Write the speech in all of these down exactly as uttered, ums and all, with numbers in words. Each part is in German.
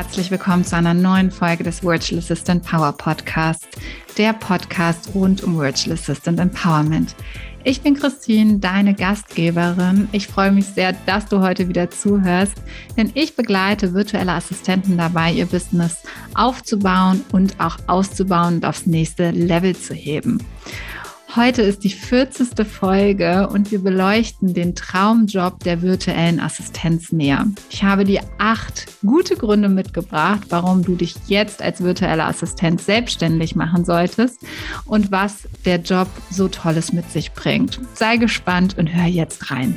herzlich willkommen zu einer neuen Folge des Virtual Assistant Power Podcasts, der Podcast rund um Virtual Assistant Empowerment. Ich bin Christine, deine Gastgeberin. Ich freue mich sehr, dass du heute wieder zuhörst, denn ich begleite virtuelle Assistenten dabei, ihr Business aufzubauen und auch auszubauen und aufs nächste Level zu heben. Heute ist die vierzigste Folge und wir beleuchten den Traumjob der virtuellen Assistenz näher. Ich habe dir acht gute Gründe mitgebracht, warum du dich jetzt als virtuelle Assistenz selbstständig machen solltest und was der Job so Tolles mit sich bringt. Sei gespannt und hör jetzt rein.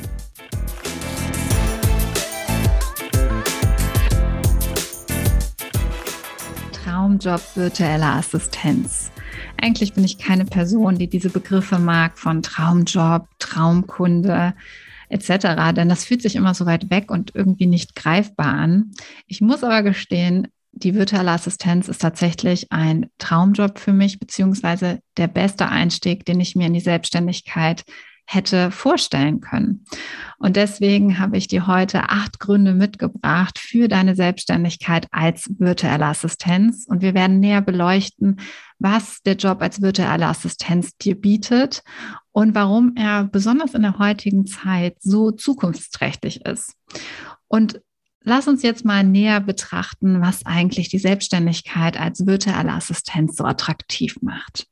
Traumjob virtuelle Assistenz. Eigentlich bin ich keine Person, die diese Begriffe mag von Traumjob, Traumkunde et cetera, denn das fühlt sich immer so weit weg und irgendwie nicht greifbar an. Ich muss aber gestehen, die virtuelle Assistenz ist tatsächlich ein Traumjob für mich, beziehungsweise der beste Einstieg, den ich mir in die Selbstständigkeit hätte vorstellen können. Und deswegen habe ich dir heute acht Gründe mitgebracht für deine Selbstständigkeit als virtuelle Assistenz. Und wir werden näher beleuchten, was der Job als virtuelle Assistenz dir bietet und warum er besonders in der heutigen Zeit so zukunftsträchtig ist. Und lass uns jetzt mal näher betrachten, was eigentlich die Selbstständigkeit als virtuelle Assistenz so attraktiv macht.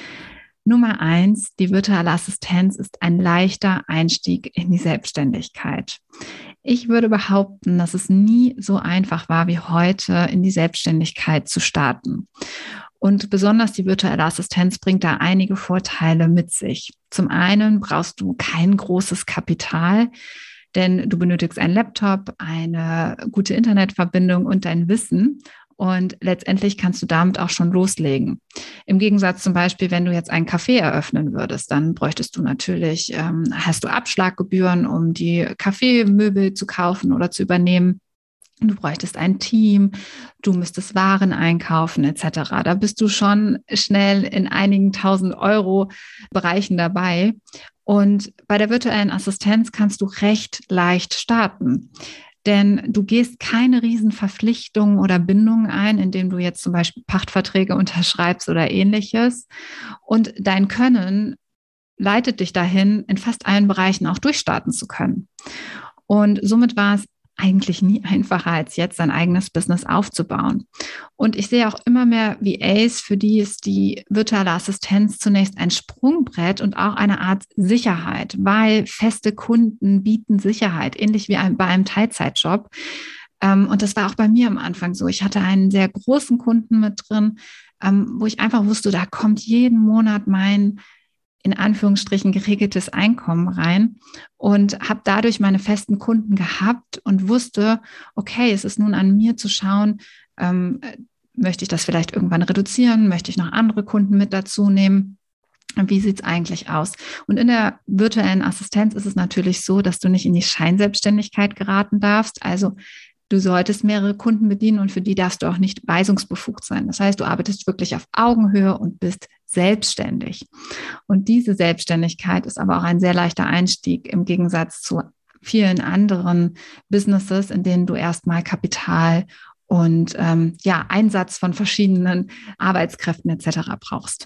Nummer eins, die virtuelle Assistenz ist ein leichter Einstieg in die Selbstständigkeit. Ich würde behaupten, dass es nie so einfach war wie heute, in die Selbstständigkeit zu starten. Und besonders die virtuelle Assistenz bringt da einige Vorteile mit sich. Zum einen brauchst du kein großes Kapital, denn du benötigst einen Laptop, eine gute Internetverbindung und dein Wissen. Und letztendlich kannst du damit auch schon loslegen. Im Gegensatz zum Beispiel, wenn du jetzt ein Café eröffnen würdest, dann bräuchtest du natürlich, ähm, hast du Abschlaggebühren, um die Kaffeemöbel zu kaufen oder zu übernehmen. Du bräuchtest ein Team, du müsstest Waren einkaufen et cetera. Da bist du schon schnell in einigen tausend Euro Bereichen dabei. Und bei der virtuellen Assistenz kannst du recht leicht starten. Denn du gehst keine riesen Verpflichtungen oder Bindungen ein, indem du jetzt zum Beispiel Pachtverträge unterschreibst oder ähnliches. Und dein Können leitet dich dahin, in fast allen Bereichen auch durchstarten zu können. Und somit war es eigentlich nie einfacher als jetzt, sein eigenes Business aufzubauen. Und ich sehe auch immer mehr V As, für die ist die virtuelle Assistenz zunächst ein Sprungbrett und auch eine Art Sicherheit, weil feste Kunden bieten Sicherheit, ähnlich wie bei einem Teilzeitjob. Und das war auch bei mir am Anfang so. Ich hatte einen sehr großen Kunden mit drin, wo ich einfach wusste, da kommt jeden Monat mein in Anführungsstrichen geregeltes Einkommen rein und habe dadurch meine festen Kunden gehabt und wusste, okay, es ist nun an mir zu schauen, ähm, möchte ich das vielleicht irgendwann reduzieren, möchte ich noch andere Kunden mit dazu nehmen? Wie sieht es eigentlich aus? Und in der virtuellen Assistenz ist es natürlich so, dass du nicht in die Scheinselbstständigkeit geraten darfst, also du solltest mehrere Kunden bedienen und für die darfst du auch nicht weisungsbefugt sein. Das heißt, du arbeitest wirklich auf Augenhöhe und bist selbstständig. Und diese Selbstständigkeit ist aber auch ein sehr leichter Einstieg im Gegensatz zu vielen anderen Businesses, in denen du erstmal Kapital und ähm, ja, Einsatz von verschiedenen Arbeitskräften et cetera brauchst.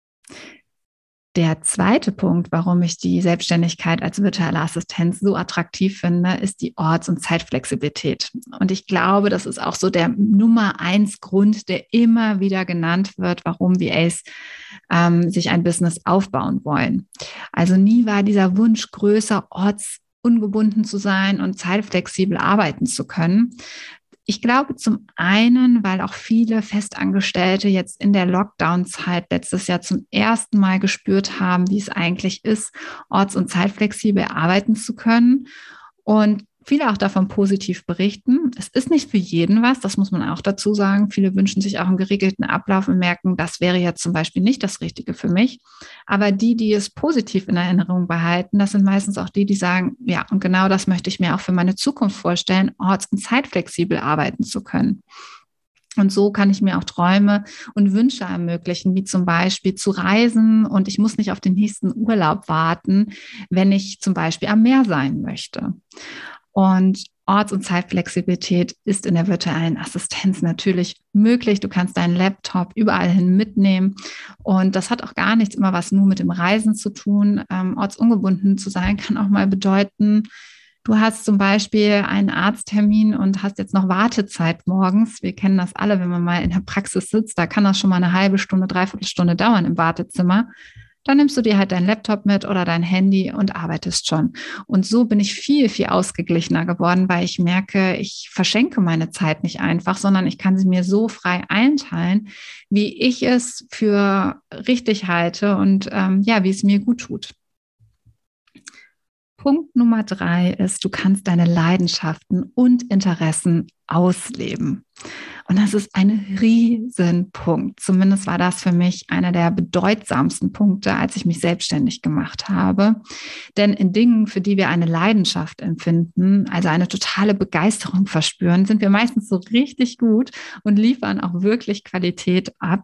Der zweite Punkt, warum ich die Selbstständigkeit als virtuelle Assistenz so attraktiv finde, ist die Orts- und Zeitflexibilität. Und ich glaube, das ist auch so der Nummer eins Grund, der immer wieder genannt wird, warum V As ähm, sich ein Business aufbauen wollen. Also nie war dieser Wunsch größer, ortsungebunden zu sein und zeitflexibel arbeiten zu können. Ich glaube zum einen, weil auch viele Festangestellte jetzt in der Lockdown-Zeit letztes Jahr zum ersten Mal gespürt haben, wie es eigentlich ist, orts- und zeitflexibel arbeiten zu können. Und viele auch davon positiv berichten. Es ist nicht für jeden was, das muss man auch dazu sagen. Viele wünschen sich auch einen geregelten Ablauf und merken, das wäre jetzt zum Beispiel nicht das Richtige für mich. Aber die, die es positiv in Erinnerung behalten, das sind meistens auch die, die sagen, ja, und genau das möchte ich mir auch für meine Zukunft vorstellen, orts- und zeitflexibel arbeiten zu können. Und so kann ich mir auch Träume und Wünsche ermöglichen, wie zum Beispiel zu reisen und ich muss nicht auf den nächsten Urlaub warten, wenn ich zum Beispiel am Meer sein möchte. Und Orts- und Zeitflexibilität ist in der virtuellen Assistenz natürlich möglich. Du kannst deinen Laptop überall hin mitnehmen. Und das hat auch gar nichts immer was nur mit dem Reisen zu tun. Ähm, ortsungebunden zu sein kann auch mal bedeuten, du hast zum Beispiel einen Arzttermin und hast jetzt noch Wartezeit morgens. Wir kennen das alle, wenn man mal in der Praxis sitzt. Da kann das schon mal eine halbe Stunde, dreiviertel Stunde dauern im Wartezimmer. Dann nimmst du dir halt dein Laptop mit oder dein Handy und arbeitest schon. Und so bin ich viel, viel ausgeglichener geworden, weil ich merke, ich verschenke meine Zeit nicht einfach, sondern ich kann sie mir so frei einteilen, wie ich es für richtig halte und ähm, ja, wie es mir gut tut. Punkt Nummer drei ist, du kannst deine Leidenschaften und Interessen ausleben. Und das ist ein Riesenpunkt. Zumindest war das für mich einer der bedeutsamsten Punkte, als ich mich selbstständig gemacht habe. Denn in Dingen, für die wir eine Leidenschaft empfinden, also eine totale Begeisterung verspüren, sind wir meistens so richtig gut und liefern auch wirklich Qualität ab.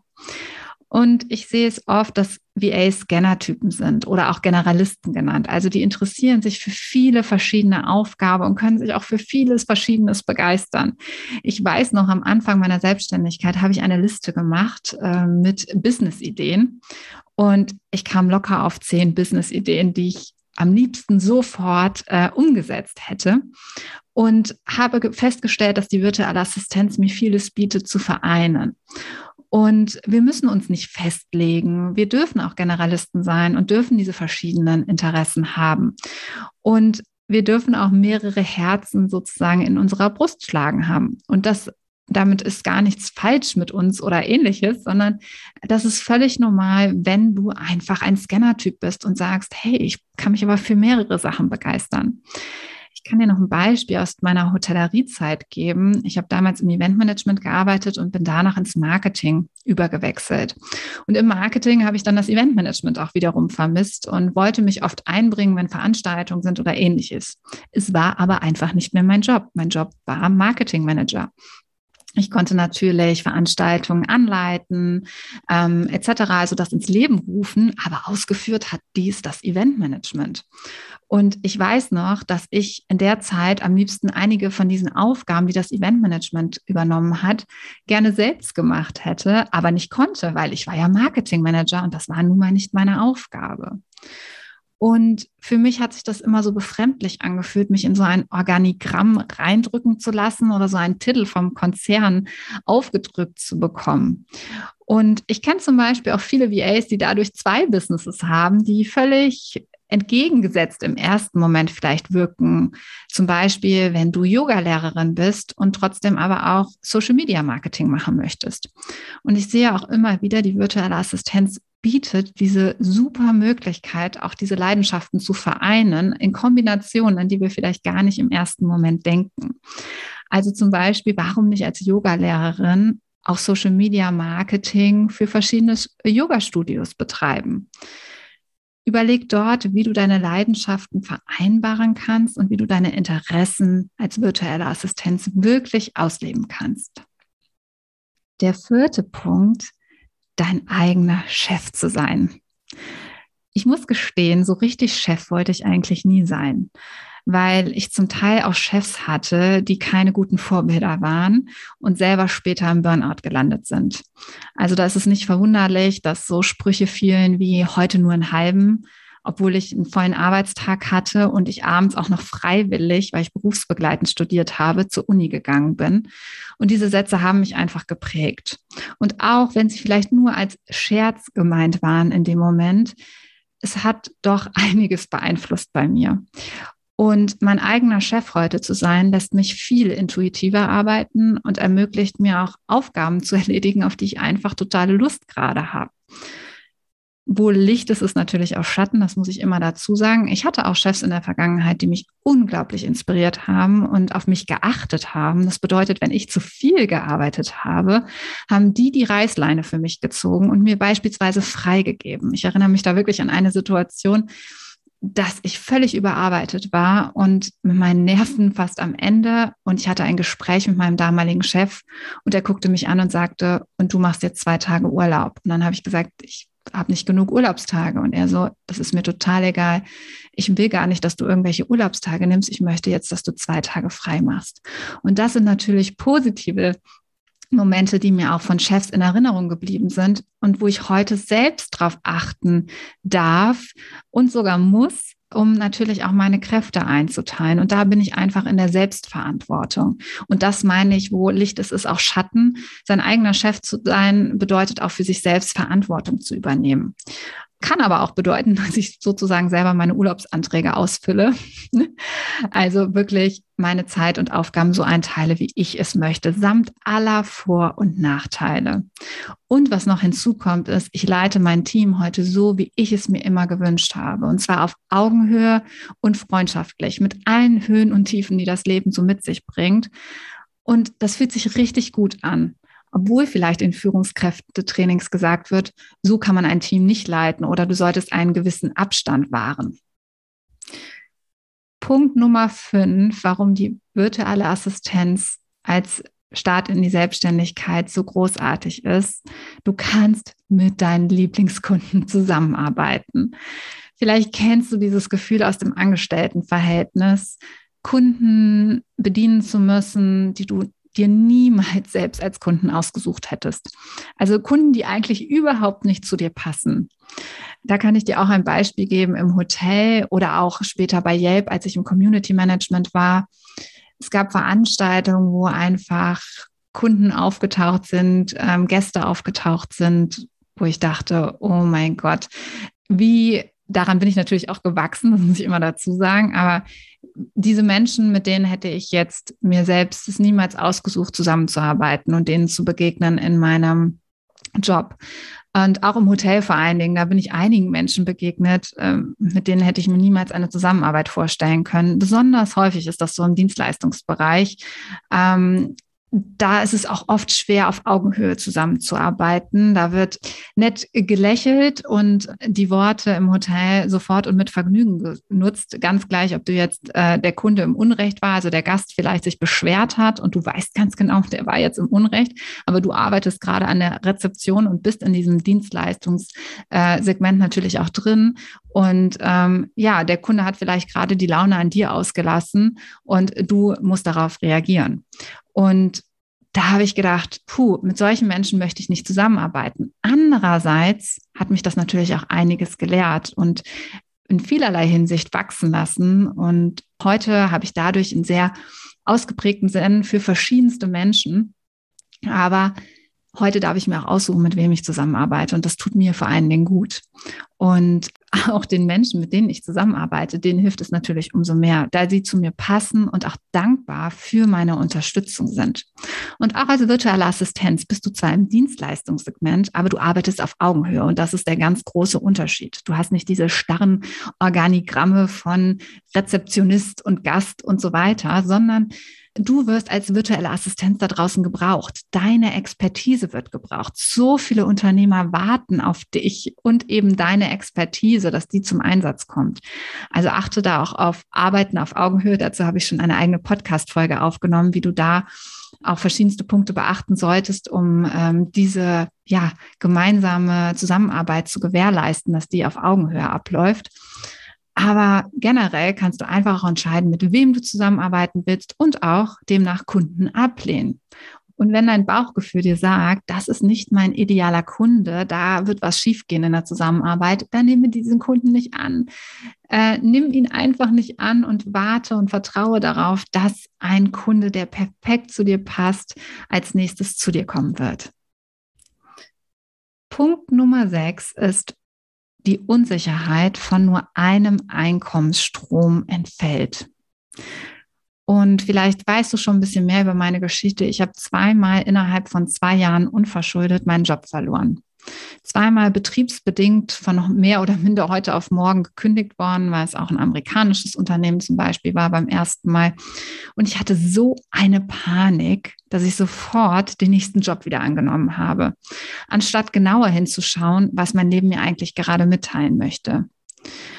Und ich sehe es oft, dass V As Scanner-Typen sind oder auch Generalisten genannt. Also die interessieren sich für viele verschiedene Aufgaben und können sich auch für vieles Verschiedenes begeistern. Ich weiß noch, am Anfang meiner Selbstständigkeit habe ich eine Liste gemacht äh, mit Business-Ideen. Und ich kam locker auf zehn Business-Ideen, die ich am liebsten sofort äh, umgesetzt hätte. Und habe festgestellt, dass die virtuelle Assistenz mir vieles bietet zu vereinen. Und wir müssen uns nicht festlegen. Wir dürfen auch Generalisten sein und dürfen diese verschiedenen Interessen haben. Und wir dürfen auch mehrere Herzen sozusagen in unserer Brust schlagen haben. Und das, damit ist gar nichts falsch mit uns oder ähnliches, sondern das ist völlig normal, wenn du einfach ein Scanner-Typ bist und sagst, hey, ich kann mich aber für mehrere Sachen begeistern. Ich kann dir noch ein Beispiel aus meiner Hotelleriezeit geben. Ich habe damals im Eventmanagement gearbeitet und bin danach ins Marketing übergewechselt. Und im Marketing habe ich dann das Eventmanagement auch wiederum vermisst und wollte mich oft einbringen, wenn Veranstaltungen sind oder ähnliches. Es war aber einfach nicht mehr mein Job. Mein Job war Marketingmanager. Ich konnte natürlich Veranstaltungen anleiten, ähm, et cetera, also das ins Leben rufen, aber ausgeführt hat dies das Eventmanagement. Und ich weiß noch, dass ich in der Zeit am liebsten einige von diesen Aufgaben, die das Eventmanagement übernommen hat, gerne selbst gemacht hätte, aber nicht konnte, weil ich war ja Marketingmanager und das war nun mal nicht meine Aufgabe. Und für mich hat sich das immer so befremdlich angefühlt, mich in so ein Organigramm reindrücken zu lassen oder so einen Titel vom Konzern aufgedrückt zu bekommen. Und ich kenne zum Beispiel auch viele V As, die dadurch zwei Businesses haben, die völlig entgegengesetzt im ersten Moment vielleicht wirken. Zum Beispiel, wenn du Yoga-Lehrerin bist und trotzdem aber auch Social-Media-Marketing machen möchtest. Und ich sehe auch immer wieder, die virtuelle Assistenz bietet diese super Möglichkeit, auch diese Leidenschaften zu vereinen in Kombinationen, an die wir vielleicht gar nicht im ersten Moment denken. Also zum Beispiel, warum nicht als Yoga-Lehrerin auch Social Media Marketing für verschiedene Yoga-Studios betreiben? Überleg dort, wie du deine Leidenschaften vereinbaren kannst und wie du deine Interessen als virtuelle Assistenz wirklich ausleben kannst. Der vierte Punkt: dein eigener Chef zu sein. Ich muss gestehen, so richtig Chef wollte ich eigentlich nie sein, weil ich zum Teil auch Chefs hatte, die keine guten Vorbilder waren und selber später im Burnout gelandet sind. Also da ist es nicht verwunderlich, dass so Sprüche fielen wie heute nur einen halben, obwohl ich einen vollen Arbeitstag hatte und ich abends auch noch freiwillig, weil ich berufsbegleitend studiert habe, zur Uni gegangen bin. Und diese Sätze haben mich einfach geprägt. Und auch wenn sie vielleicht nur als Scherz gemeint waren in dem Moment, es hat doch einiges beeinflusst bei mir. Und mein eigener Chef heute zu sein, lässt mich viel intuitiver arbeiten und ermöglicht mir auch Aufgaben zu erledigen, auf die ich einfach totale Lust gerade habe. Wo Licht ist, ist natürlich auch Schatten, das muss ich immer dazu sagen. Ich hatte auch Chefs in der Vergangenheit, die mich unglaublich inspiriert haben und auf mich geachtet haben. Das bedeutet, wenn ich zu viel gearbeitet habe, haben die die Reißleine für mich gezogen und mir beispielsweise freigegeben. Ich erinnere mich da wirklich an eine Situation. dass ich völlig überarbeitet war und mit meinen Nerven fast am Ende. Und ich hatte ein Gespräch mit meinem damaligen Chef und er guckte mich an und sagte, und du machst jetzt zwei Tage Urlaub. Und dann habe ich gesagt, ich habe nicht genug Urlaubstage. Und er so, das ist mir total egal. Ich will gar nicht, dass du irgendwelche Urlaubstage nimmst. Ich möchte jetzt, dass du zwei Tage frei machst. Und das sind natürlich positive Momente, die mir auch von Chefs in Erinnerung geblieben sind und wo ich heute selbst drauf achten darf und sogar muss, um natürlich auch meine Kräfte einzuteilen. Und da bin ich einfach in der Selbstverantwortung. Und das meine ich, wo Licht ist, ist auch Schatten. Sein eigener Chef zu sein, bedeutet auch für sich selbst Verantwortung zu übernehmen. Kann aber auch bedeuten, dass ich sozusagen selber meine Urlaubsanträge ausfülle. Also wirklich meine Zeit und Aufgaben so einteile, wie ich es möchte, samt aller Vor- und Nachteile. Und was noch hinzukommt, ist, ich leite mein Team heute so, wie ich es mir immer gewünscht habe. Und zwar auf Augenhöhe und freundschaftlich, mit allen Höhen und Tiefen, die das Leben so mit sich bringt. Und das fühlt sich richtig gut an. Obwohl vielleicht in Führungskräftetrainings gesagt wird, so kann man ein Team nicht leiten oder du solltest einen gewissen Abstand wahren. Punkt Nummer fünf, warum die virtuelle Assistenz als Start in die Selbstständigkeit so großartig ist. Du kannst mit deinen Lieblingskunden zusammenarbeiten. Vielleicht kennst du dieses Gefühl aus dem Angestelltenverhältnis, Kunden bedienen zu müssen, die du dir niemals selbst als Kunden ausgesucht hättest. Also Kunden, die eigentlich überhaupt nicht zu dir passen. Da kann ich dir auch ein Beispiel geben im Hotel oder auch später bei Yelp, als ich im Community Management war. Es gab Veranstaltungen, wo einfach Kunden aufgetaucht sind, ähm, Gäste aufgetaucht sind, wo ich dachte, oh mein Gott, wie, daran bin ich natürlich auch gewachsen, das muss ich immer dazu sagen, aber diese Menschen, mit denen hätte ich jetzt mir selbst es niemals ausgesucht, zusammenzuarbeiten und denen zu begegnen in meinem Job. Und auch im Hotel vor allen Dingen, da bin ich einigen Menschen begegnet, mit denen hätte ich mir niemals eine Zusammenarbeit vorstellen können. Besonders häufig ist das so im Dienstleistungsbereich. Da ist es auch oft schwer, auf Augenhöhe zusammenzuarbeiten. Da wird nett gelächelt und die Worte im Hotel sofort und mit Vergnügen genutzt. Ganz gleich, ob du jetzt äh, der Kunde im Unrecht war, also der Gast vielleicht sich beschwert hat und du weißt ganz genau, der war jetzt im Unrecht, aber du arbeitest gerade an der Rezeption und bist in diesem Dienstleistungssegment natürlich auch drin. Und ähm, ja, der Kunde hat vielleicht gerade die Laune an dir ausgelassen und du musst darauf reagieren. Und da habe ich gedacht, puh, mit solchen Menschen möchte ich nicht zusammenarbeiten. Andererseits hat mich das natürlich auch einiges gelehrt und in vielerlei Hinsicht wachsen lassen. Und heute habe ich dadurch einen sehr ausgeprägten Sinn für verschiedenste Menschen. Aber heute darf ich mir auch aussuchen, mit wem ich zusammenarbeite. Und das tut mir vor allen Dingen gut. Und auch den Menschen, mit denen ich zusammenarbeite, denen hilft es natürlich umso mehr, da sie zu mir passen und auch dankbar für meine Unterstützung sind. Und auch als virtuelle Assistenz bist du zwar im Dienstleistungssegment, aber du arbeitest auf Augenhöhe. Und das ist der ganz große Unterschied. Du hast nicht diese starren Organigramme von Rezeptionist und Gast und so weiter, sondern du wirst als virtuelle Assistenz da draußen gebraucht. Deine Expertise wird gebraucht. So viele Unternehmer warten auf dich und eben deine Expertise, dass die zum Einsatz kommt. Also achte da auch auf Arbeiten auf Augenhöhe. Dazu habe ich schon eine eigene Podcast-Folge aufgenommen, wie du da auch verschiedenste Punkte beachten solltest, um ähm, diese ja, gemeinsame Zusammenarbeit zu gewährleisten, dass die auf Augenhöhe abläuft. Aber generell kannst du einfach auch entscheiden, mit wem du zusammenarbeiten willst und auch demnach Kunden ablehnen. Und wenn dein Bauchgefühl dir sagt, das ist nicht mein idealer Kunde, da wird was schiefgehen in der Zusammenarbeit, dann nehme diesen Kunden nicht an. Äh, nimm ihn einfach nicht an und warte und vertraue darauf, dass ein Kunde, der perfekt zu dir passt, als nächstes zu dir kommen wird. Punkt Nummer sechs ist, die Unsicherheit von nur einem Einkommensstrom entfällt. Und vielleicht weißt du schon ein bisschen mehr über meine Geschichte. Ich habe zweimal innerhalb von zwei Jahren unverschuldet meinen Job verloren. Zweimal betriebsbedingt von mehr oder minder heute auf morgen gekündigt worden, weil es auch ein amerikanisches Unternehmen zum Beispiel war beim ersten Mal. Und ich hatte so eine Panik, dass ich sofort den nächsten Job wieder angenommen habe, anstatt genauer hinzuschauen, was mein Leben mir eigentlich gerade mitteilen möchte.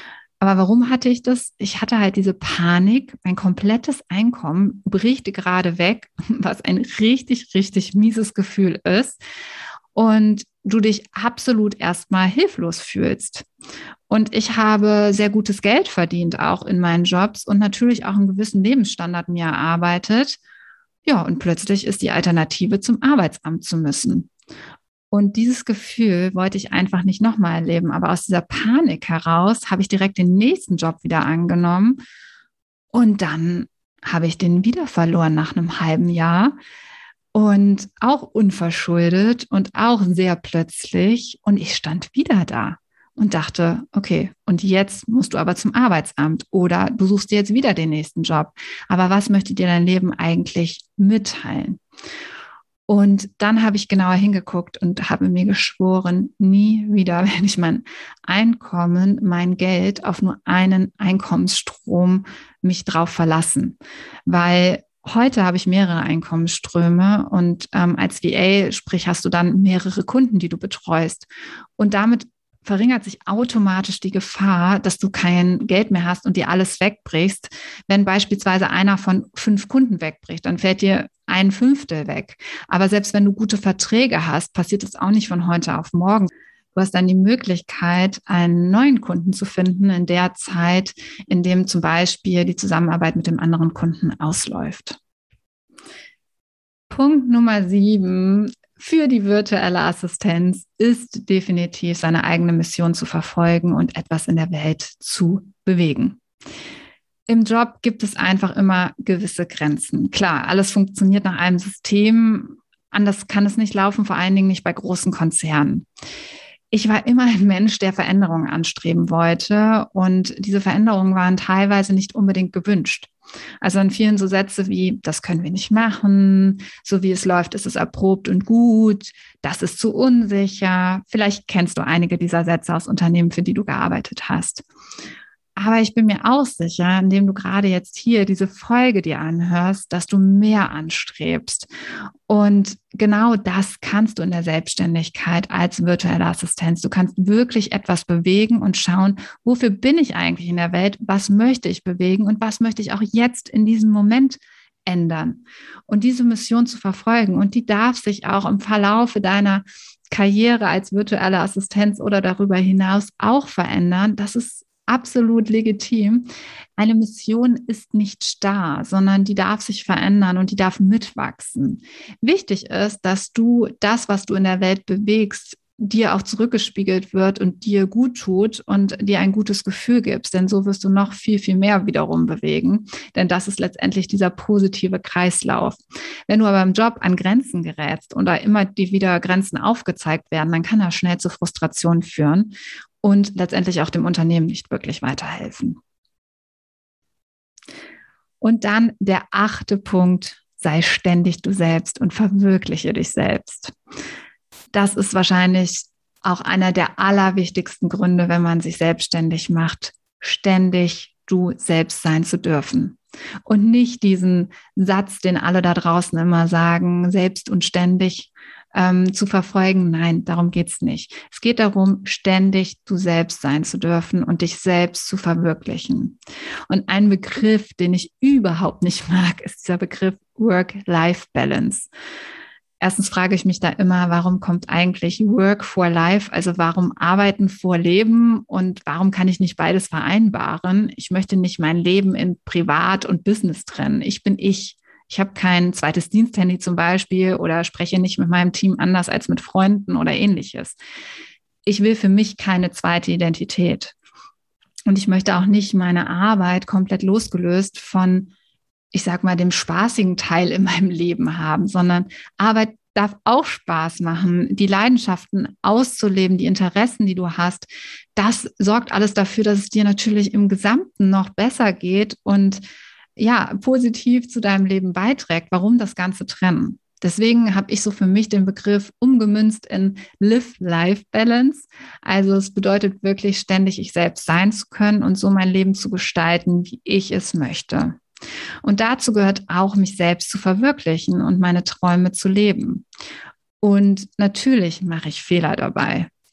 Aber warum hatte ich das? Ich hatte halt diese Panik, mein komplettes Einkommen bricht gerade weg, was ein richtig, richtig mieses Gefühl ist. Und du dich absolut erstmal hilflos fühlst. Und ich habe sehr gutes Geld verdient, auch in meinen Jobs und natürlich auch einen gewissen Lebensstandard mir erarbeitet. Ja, und plötzlich ist die Alternative, zum Arbeitsamt zu müssen. Und dieses Gefühl wollte ich einfach nicht nochmal erleben. Aber aus dieser Panik heraus habe ich direkt den nächsten Job wieder angenommen. Und dann habe ich den wieder verloren nach einem halben Jahr. Und auch unverschuldet und auch sehr plötzlich. Und ich stand wieder da und dachte, okay, und jetzt musst du aber zum Arbeitsamt oder du suchst dir jetzt wieder den nächsten Job. Aber was möchte dir dein Leben eigentlich mitteilen? Und dann habe ich genauer hingeguckt und habe mir geschworen, nie wieder werde ich mein Einkommen, mein Geld auf nur einen Einkommensstrom mich drauf verlassen. Weil heute habe ich mehrere Einkommensströme und ähm, als V A, sprich, hast du dann mehrere Kunden, die du betreust. Und damit verringert sich automatisch die Gefahr, dass du kein Geld mehr hast und dir alles wegbrichst. Wenn beispielsweise einer von fünf Kunden wegbricht, dann fällt dir ein Fünftel weg. Aber selbst wenn du gute Verträge hast, passiert es auch nicht von heute auf morgen. Du hast dann die Möglichkeit, einen neuen Kunden zu finden in der Zeit, in dem zum Beispiel die Zusammenarbeit mit dem anderen Kunden ausläuft. Punkt Nummer sieben für die virtuelle Assistenz ist definitiv seine eigene Mission zu verfolgen und etwas in der Welt zu bewegen. Im Job gibt es einfach immer gewisse Grenzen. Klar, alles funktioniert nach einem System. Anders kann es nicht laufen, vor allen Dingen nicht bei großen Konzernen. Ich war immer ein Mensch, der Veränderungen anstreben wollte und diese Veränderungen waren teilweise nicht unbedingt gewünscht. Also an vielen so Sätze wie, das können wir nicht machen, so wie es läuft, ist es erprobt und gut, das ist zu unsicher. Vielleicht kennst du einige dieser Sätze aus Unternehmen, für die du gearbeitet hast. Aber ich bin mir auch sicher, indem du gerade jetzt hier diese Folge dir anhörst, dass du mehr anstrebst. Und genau das kannst du in der Selbstständigkeit als virtuelle Assistenz. Du kannst wirklich etwas bewegen und schauen, wofür bin ich eigentlich in der Welt? Was möchte ich bewegen? Und was möchte ich auch jetzt in diesem Moment ändern? Und diese Mission zu verfolgen. Und die darf sich auch im Verlaufe deiner Karriere als virtuelle Assistenz oder darüber hinaus auch verändern. Das ist absolut legitim. Eine Mission ist nicht starr, sondern die darf sich verändern und die darf mitwachsen. Wichtig ist, dass du das, was du in der Welt bewegst, dir auch zurückgespiegelt wird und dir gut tut und dir ein gutes Gefühl gibst. Denn so wirst du noch viel, viel mehr wiederum bewegen. Denn das ist letztendlich dieser positive Kreislauf. Wenn du aber im Job an Grenzen gerätst und da immer die wieder Grenzen aufgezeigt werden, dann kann das schnell zu Frustration führen und letztendlich auch dem Unternehmen nicht wirklich weiterhelfen. Und dann der achte Punkt, sei ständig du selbst und verwirkliche dich selbst. Das ist wahrscheinlich auch einer der allerwichtigsten Gründe, wenn man sich selbstständig macht, ständig du selbst sein zu dürfen. Und nicht diesen Satz, den alle da draußen immer sagen, selbst und ständig ähm, zu verfolgen. Nein, darum geht's nicht. Es geht darum, ständig du selbst sein zu dürfen und dich selbst zu verwirklichen. Und ein Begriff, den ich überhaupt nicht mag, ist dieser Begriff Work-Life-Balance. Erstens frage ich mich da immer, warum kommt eigentlich Work for Life? Also warum Arbeiten vor Leben und warum kann ich nicht beides vereinbaren? Ich möchte nicht mein Leben in Privat und Business trennen. Ich bin ich. Ich habe kein zweites Diensthandy zum Beispiel oder spreche nicht mit meinem Team anders als mit Freunden oder ähnliches. Ich will für mich keine zweite Identität. Und ich möchte auch nicht meine Arbeit komplett losgelöst von, ich sag mal, dem spaßigen Teil in meinem Leben haben, sondern Arbeit darf auch Spaß machen, die Leidenschaften auszuleben, die Interessen, die du hast. Das sorgt alles dafür, dass es dir natürlich im Gesamten noch besser geht und ja, positiv zu deinem Leben beiträgt. Warum das Ganze trennen? Deswegen habe ich so für mich den Begriff umgemünzt in Live-Life-Balance. Also es bedeutet wirklich ständig ich selbst sein zu können und so mein Leben zu gestalten, wie ich es möchte. Und dazu gehört auch, mich selbst zu verwirklichen und meine Träume zu leben. Und natürlich mache ich Fehler dabei.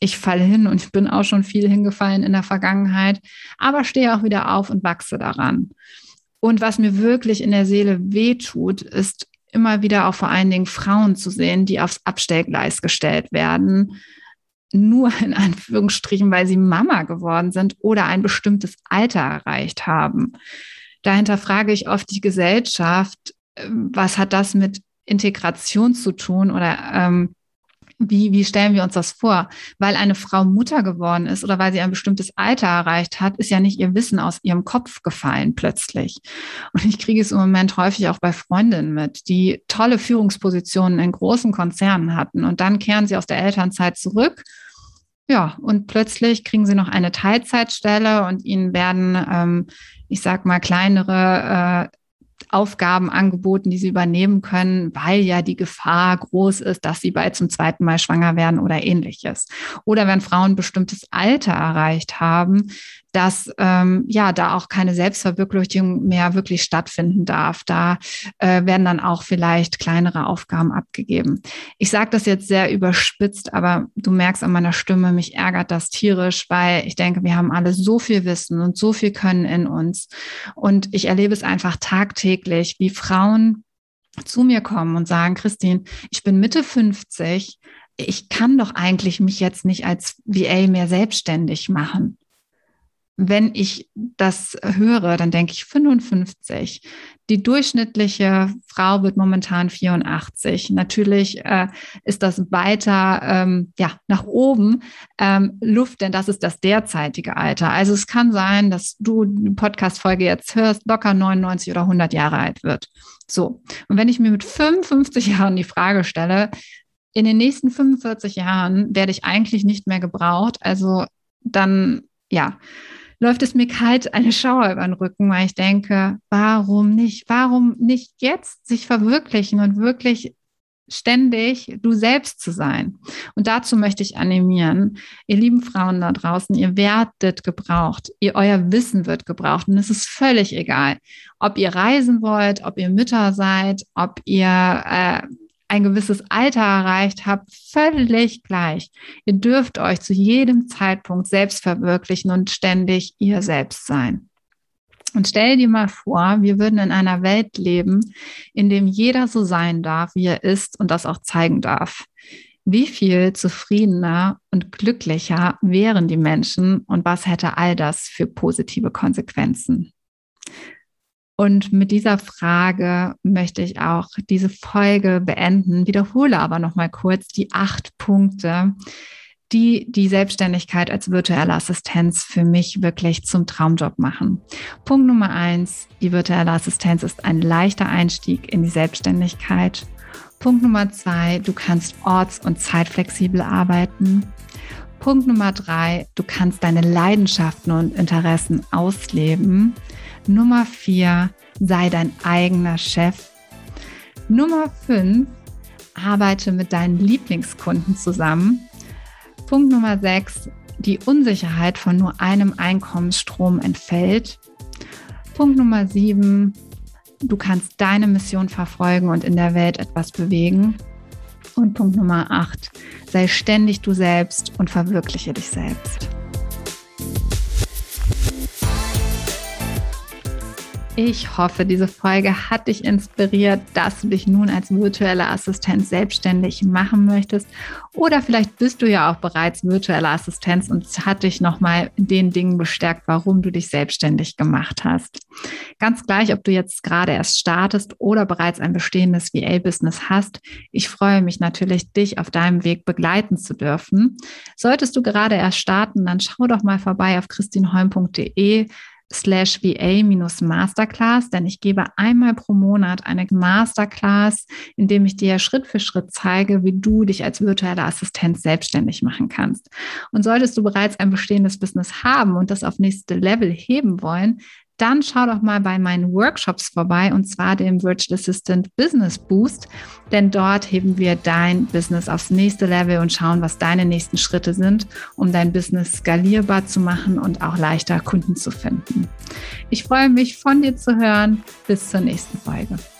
ich falle hin und ich bin auch schon viel hingefallen in der Vergangenheit, aber stehe auch wieder auf und wachse daran. Und was mir wirklich in der Seele wehtut, ist immer wieder auch vor allen Dingen Frauen zu sehen, die aufs Abstellgleis gestellt werden, nur in Anführungsstrichen, weil sie Mama geworden sind oder ein bestimmtes Alter erreicht haben. Dahinter frage ich oft die Gesellschaft, was hat das mit Integration zu tun oder ähm, Wie, wie stellen wir uns das vor? Weil eine Frau Mutter geworden ist oder weil sie ein bestimmtes Alter erreicht hat, ist ja nicht ihr Wissen aus ihrem Kopf gefallen plötzlich. Und ich kriege es im Moment häufig auch bei Freundinnen mit, die tolle Führungspositionen in großen Konzernen hatten und dann kehren sie aus der Elternzeit zurück. Ja, und plötzlich kriegen sie noch eine Teilzeitstelle und ihnen werden, ähm, ich sag mal, kleinere äh, Aufgaben angeboten, die sie übernehmen können, weil ja die Gefahr groß ist, dass sie bald zum zweiten Mal schwanger werden oder ähnliches. Oder wenn Frauen ein bestimmtes Alter erreicht haben, dass ähm, ja da auch keine Selbstverwirklichung mehr wirklich stattfinden darf. Da äh, werden dann auch vielleicht kleinere Aufgaben abgegeben. Ich sage das jetzt sehr überspitzt, aber du merkst an meiner Stimme, mich ärgert das tierisch, weil ich denke, wir haben alle so viel Wissen und so viel Können in uns. Und ich erlebe es einfach tagtäglich, wie Frauen zu mir kommen und sagen, Christine, ich bin Mitte fünfzig, ich kann doch eigentlich mich jetzt nicht als V A mehr selbstständig machen. Wenn ich das höre, dann denke ich fünfundfünfzig. Die durchschnittliche Frau wird momentan vierundachtzig. Natürlich äh, ist das weiter ähm, ja, nach oben ähm, Luft, denn das ist das derzeitige Alter. Also es kann sein, dass du die Podcast-Folge jetzt hörst, locker neunundneunzig oder hundert Jahre alt wird. So. Und wenn ich mir mit fünfundfünfzig Jahren die Frage stelle, in den nächsten fünfundvierzig Jahren werde ich eigentlich nicht mehr gebraucht, also dann, ja, läuft es mir kalt eine Schauer über den Rücken, weil ich denke, warum nicht? Warum nicht jetzt sich verwirklichen und wirklich ständig du selbst zu sein? Und dazu möchte ich animieren, ihr lieben Frauen da draußen, ihr werdet gebraucht, ihr, euer Wissen wird gebraucht und es ist völlig egal, ob ihr reisen wollt, ob ihr Mütter seid, ob ihr äh, ein gewisses Alter erreicht habt, völlig gleich. Ihr dürft euch zu jedem Zeitpunkt selbst verwirklichen und ständig ihr selbst sein. Und stell dir mal vor, wir würden in einer Welt leben, in dem jeder so sein darf, wie er ist und das auch zeigen darf. Wie viel zufriedener und glücklicher wären die Menschen und was hätte all das für positive Konsequenzen? Und mit dieser Frage möchte ich auch diese Folge beenden, wiederhole aber nochmal kurz die acht Punkte, die die Selbstständigkeit als virtuelle Assistenz für mich wirklich zum Traumjob machen. Punkt Nummer eins, die virtuelle Assistenz ist ein leichter Einstieg in die Selbstständigkeit. Punkt Nummer zwei, du kannst orts- und zeitflexibel arbeiten. Punkt Nummer drei, du kannst deine Leidenschaften und Interessen ausleben. Nummer vier, sei dein eigener Chef. Nummer fünf, arbeite mit deinen Lieblingskunden zusammen. Punkt Nummer sechs, die Unsicherheit von nur einem Einkommensstrom entfällt. Punkt Nummer sieben, du kannst deine Mission verfolgen und in der Welt etwas bewegen. Und Punkt Nummer acht, sei ständig du selbst und verwirkliche dich selbst. Ich hoffe, diese Folge hat dich inspiriert, dass du dich nun als virtuelle Assistenz selbstständig machen möchtest. Oder vielleicht bist du ja auch bereits virtuelle Assistenz und es hat dich nochmal in den Dingen bestärkt, warum du dich selbstständig gemacht hast. Ganz gleich, ob du jetzt gerade erst startest oder bereits ein bestehendes V A-Business hast. Ich freue mich natürlich, dich auf deinem Weg begleiten zu dürfen. Solltest du gerade erst starten, dann schau doch mal vorbei auf christinholm punkt de slash V A minus Masterclass, denn ich gebe einmal pro Monat eine Masterclass, in dem ich dir Schritt für Schritt zeige, wie du dich als virtuelle Assistenz selbstständig machen kannst. Und solltest du bereits ein bestehendes Business haben und das auf nächste Level heben wollen, dann schau doch mal bei meinen Workshops vorbei und zwar dem Virtual Assistant Business Boost, denn dort heben wir dein Business aufs nächste Level und schauen, was deine nächsten Schritte sind, um dein Business skalierbar zu machen und auch leichter Kunden zu finden. Ich freue mich, von dir zu hören. Bis zur nächsten Folge.